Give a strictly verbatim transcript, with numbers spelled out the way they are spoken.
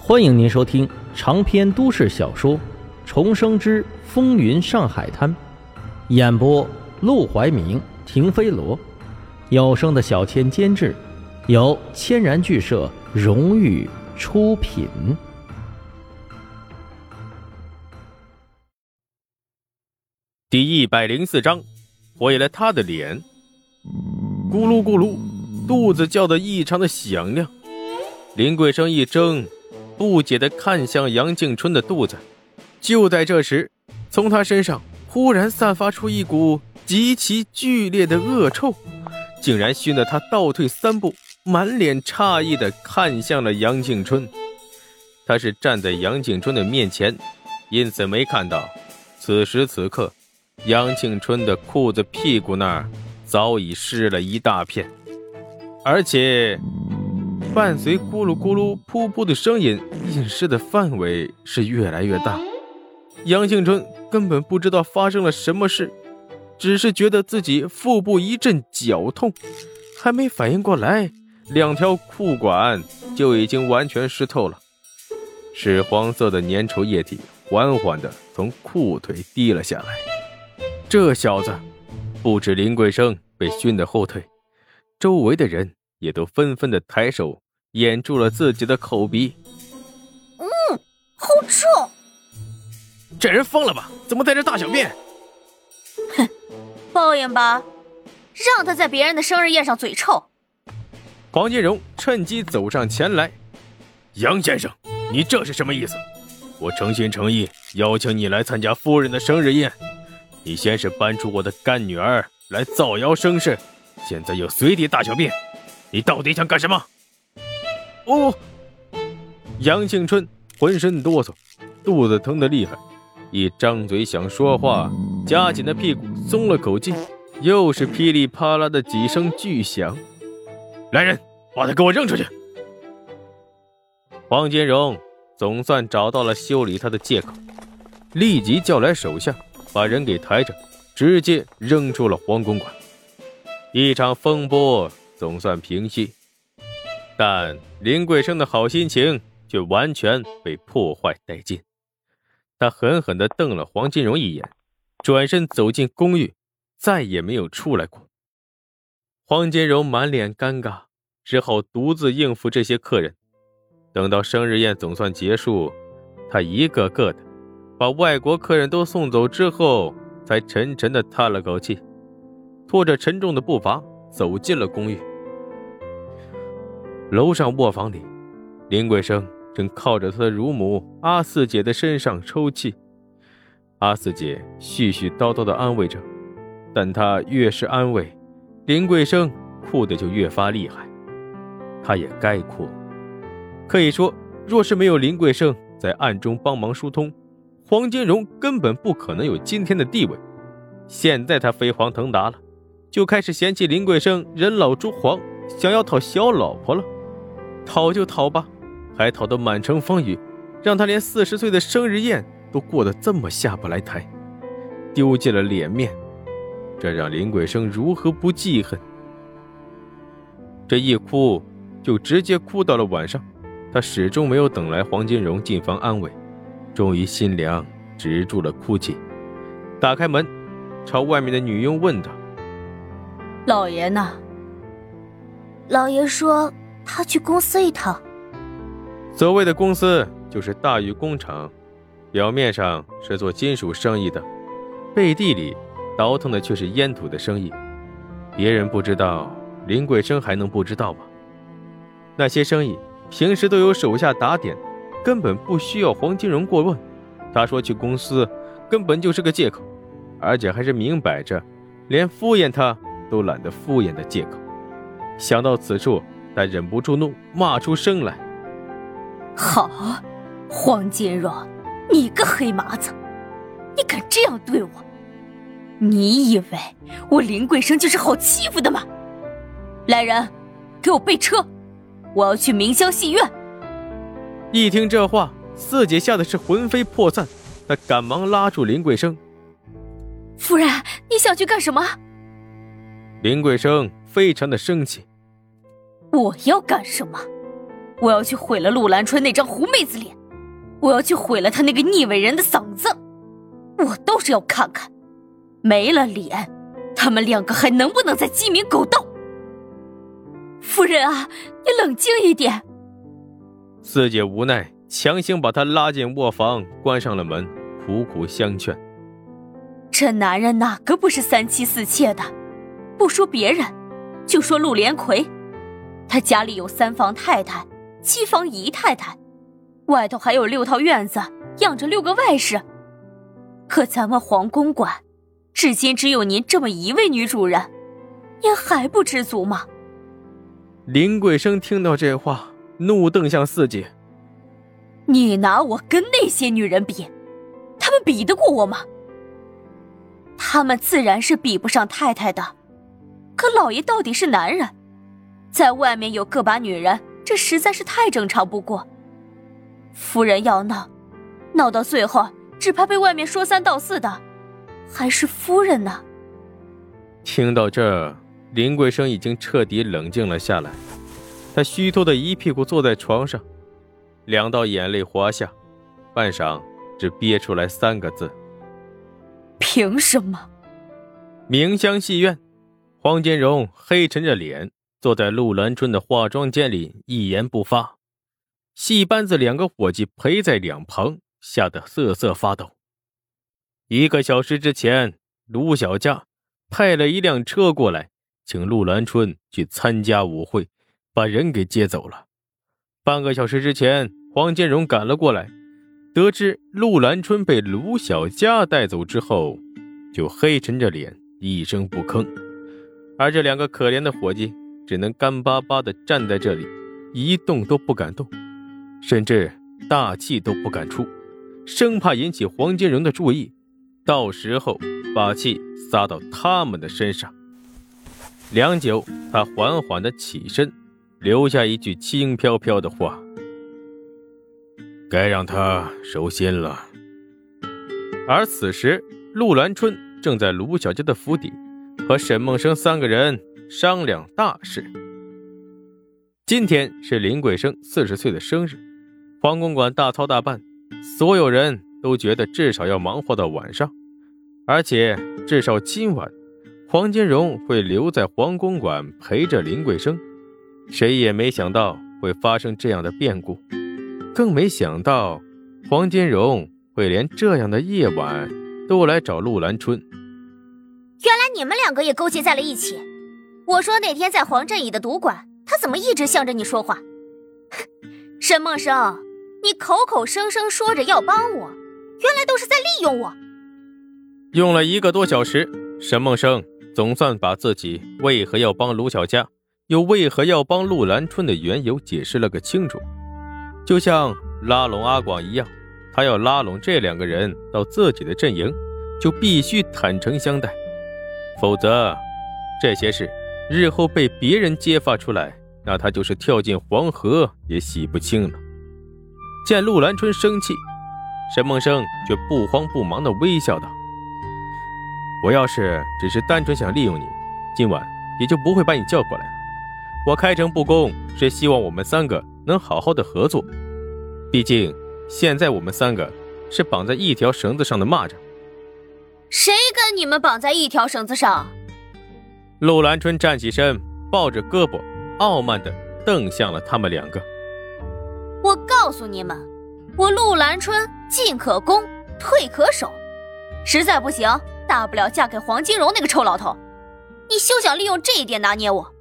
欢迎您收听长篇都市小说《重生之风云上海滩》，演播陆怀明、停飞罗，有声的小千监制，由千然剧社荣誉出品。 第一百零四章，毁了他的脸。咕噜咕噜，肚子叫得异常的响亮。林桂生一怔，不解地看向杨敬春的肚子。就在这时，从他身上忽然散发出一股极其剧烈的恶臭，竟然熏得他倒退三步，满脸诧异地看向了杨敬春。他是站在杨敬春的面前，因此没看到此时此刻杨敬春的裤子屁股那儿早已湿了一大片，而且伴随咕噜咕噜噗噗的声音，浸湿的范围是越来越大。杨敬春根本不知道发生了什么事，只是觉得自己腹部一阵绞痛，还没反应过来，两条裤管就已经完全湿透了，屎黄色的粘稠液体缓缓地从裤腿滴了下来。这小子不止林桂生被熏得后退，周围的人也都纷纷地抬手掩住了自己的口鼻。 嗯，好臭！ 这人疯了吧？怎么在这大小便？ 哼，抱怨吧，让他在别人的生日宴上嘴臭。 黄金荣趁机走上前来。杨先生，你这是什么意思？我诚心诚意邀请你来参加夫人的生日宴，你先是搬出我的干女儿来造谣生事，现在又随地大小便，你到底想干什么？哦，杨庆春浑身哆嗦，肚子疼得厉害，一张嘴想说话，夹紧的屁股松了口气，又是噼里啪啦的几声巨响。来人，把他给我扔出去！黄金荣总算找到了修理他的借口，立即叫来手下，把人给抬着，直接扔出了黄公馆。一场风波总算平息，但林桂生的好心情却完全被破坏殆尽。他狠狠地瞪了黄金荣一眼，转身走进公寓，再也没有出来过。黄金荣满脸尴尬，只好独自应付这些客人。等到生日宴总算结束，他一个个的把外国客人都送走之后，才沉沉地叹了口气，拖着沉重的步伐走进了公寓。楼上卧房里，林桂生正靠着他的乳母阿四姐的身上抽泣。阿四姐絮絮叨叨地安慰着，但她越是安慰，林桂生哭得就越发厉害。他也该哭，可以说若是没有林桂生在暗中帮忙疏通，黄金荣根本不可能有今天的地位。现在他飞黄腾达了，就开始嫌弃林桂生人老珠黄，想要讨小老婆了。讨就讨吧，还讨得满城风雨，让他连四十岁的生日宴都过得这么下不来台，丢尽了脸面，这让林桂生如何不记恨？这一哭就直接哭到了晚上，他始终没有等来黄金荣进房安慰，终于心凉，止住了哭泣，打开门，朝外面的女佣问道： 老爷呢？老爷说他去公司一趟。 所谓的公司就是大宇工厂，表面上是做金属生意的，背地里倒腾的却是烟土的生意。别人不知道，林桂生还能不知道吗？那些生意平时都有手下打点，根本不需要黄金荣过问。他说去公司根本就是个借口，而且还是明摆着连敷衍他都懒得敷衍的借口。想到此处，他忍不住怒，骂出声来： 好，黄金荣，你个黑麻子，你敢这样对我？你以为我林桂生就是好欺负的吗？来人，给我备车，我要去明香戏院。 一听这话，四姐吓得是魂飞魄散，她赶忙拉住林桂生： 夫人，你想去干什么？ 林桂生非常的生气： 我要干什么？ 我要去毁了陆兰春那张狐妹子脸，我要去毁了他那个逆伪人的嗓子，我倒是要看看，没了脸，他们两个还能不能再鸡鸣狗盗。夫人啊，你冷静一点。 四姐无奈，强行把他拉进卧房，关上了门，苦苦相劝。 这男人哪个不是三妻四妾的？不说别人，就说陆连魁，他家里有三房太太，七房姨太太，外头还有六套院子，养着六个外室。可咱们黄公馆至今只有您这么一位女主人，您还不知足吗？ 林桂生听到这话，怒瞪向四姐。 你拿我跟那些女人比，她们比得过我吗？她们自然是比不上太太的，可老爷到底是男人，在外面有个把女人，这实在是太正常不过。夫人要闹，闹到最后只怕被外面说三道四的还是夫人呢。 听到这，林桂生已经彻底冷静了下来，他虚脱的一屁股坐在床上，两道眼泪滑下，半晌只憋出来三个字： 凭什么？ 明香戏院，黄金荣黑沉着脸坐在陆兰春的化妆间里，一言不发。戏班子两个伙计陪在两旁，吓得瑟瑟发抖。一个小时之前，卢小家派了一辆车过来，请陆兰春去参加舞会，把人给接走了。半个小时之前，黄金荣赶了过来，得知陆兰春被卢小家带走之后，就黑沉着脸一声不吭。而这两个可怜的伙计只能干巴巴地站在这里，一动都不敢动，甚至大气都不敢出，生怕引起黄金荣的注意，到时候把气撒到他们的身上。良久，他缓缓地起身，留下一句轻飘飘的话：该让他收心了。而此时，陆兰春正在卢小姐的府邸，和沈梦生三个人商量大事。今天是林桂生四十岁的生日，黄公馆大操大办，所有人都觉得至少要忙活到晚上，而且至少今晚黄金荣会留在黄公馆陪着林桂生。谁也没想到会发生这样的变故，更没想到黄金荣会连这样的夜晚都来找陆兰春。 原来你们两个也勾结在了一起。我说那天在黄振义的赌馆，他怎么一直向着你说话？沈梦生，你口口声声说着要帮我，原来都是在利用我。 用了一个多小时，沈梦生总算把自己为何要帮卢小家，又为何要帮陆兰春的缘由解释了个清楚。就像拉拢阿广一样，他要拉拢这两个人到自己的阵营，就必须坦诚相待，否则这些事日后被别人揭发出来，那他就是跳进黄河也洗不清了。见陆兰春生气，沈梦生却不慌不忙地微笑道：我要是只是单纯想利用你，今晚也就不会把你叫过来了。我开诚布公是希望我们三个能好好的合作，毕竟现在我们三个是绑在一条绳子上的蚂蚱。 谁跟你们绑在一条绳子上？ 陆兰春站起身，抱着胳膊傲慢地瞪向了他们两个。 我告诉你们，我陆兰春进可攻，退可守，实在不行，大不了嫁给黄金荣那个臭老头。你休想利用这一点拿捏我。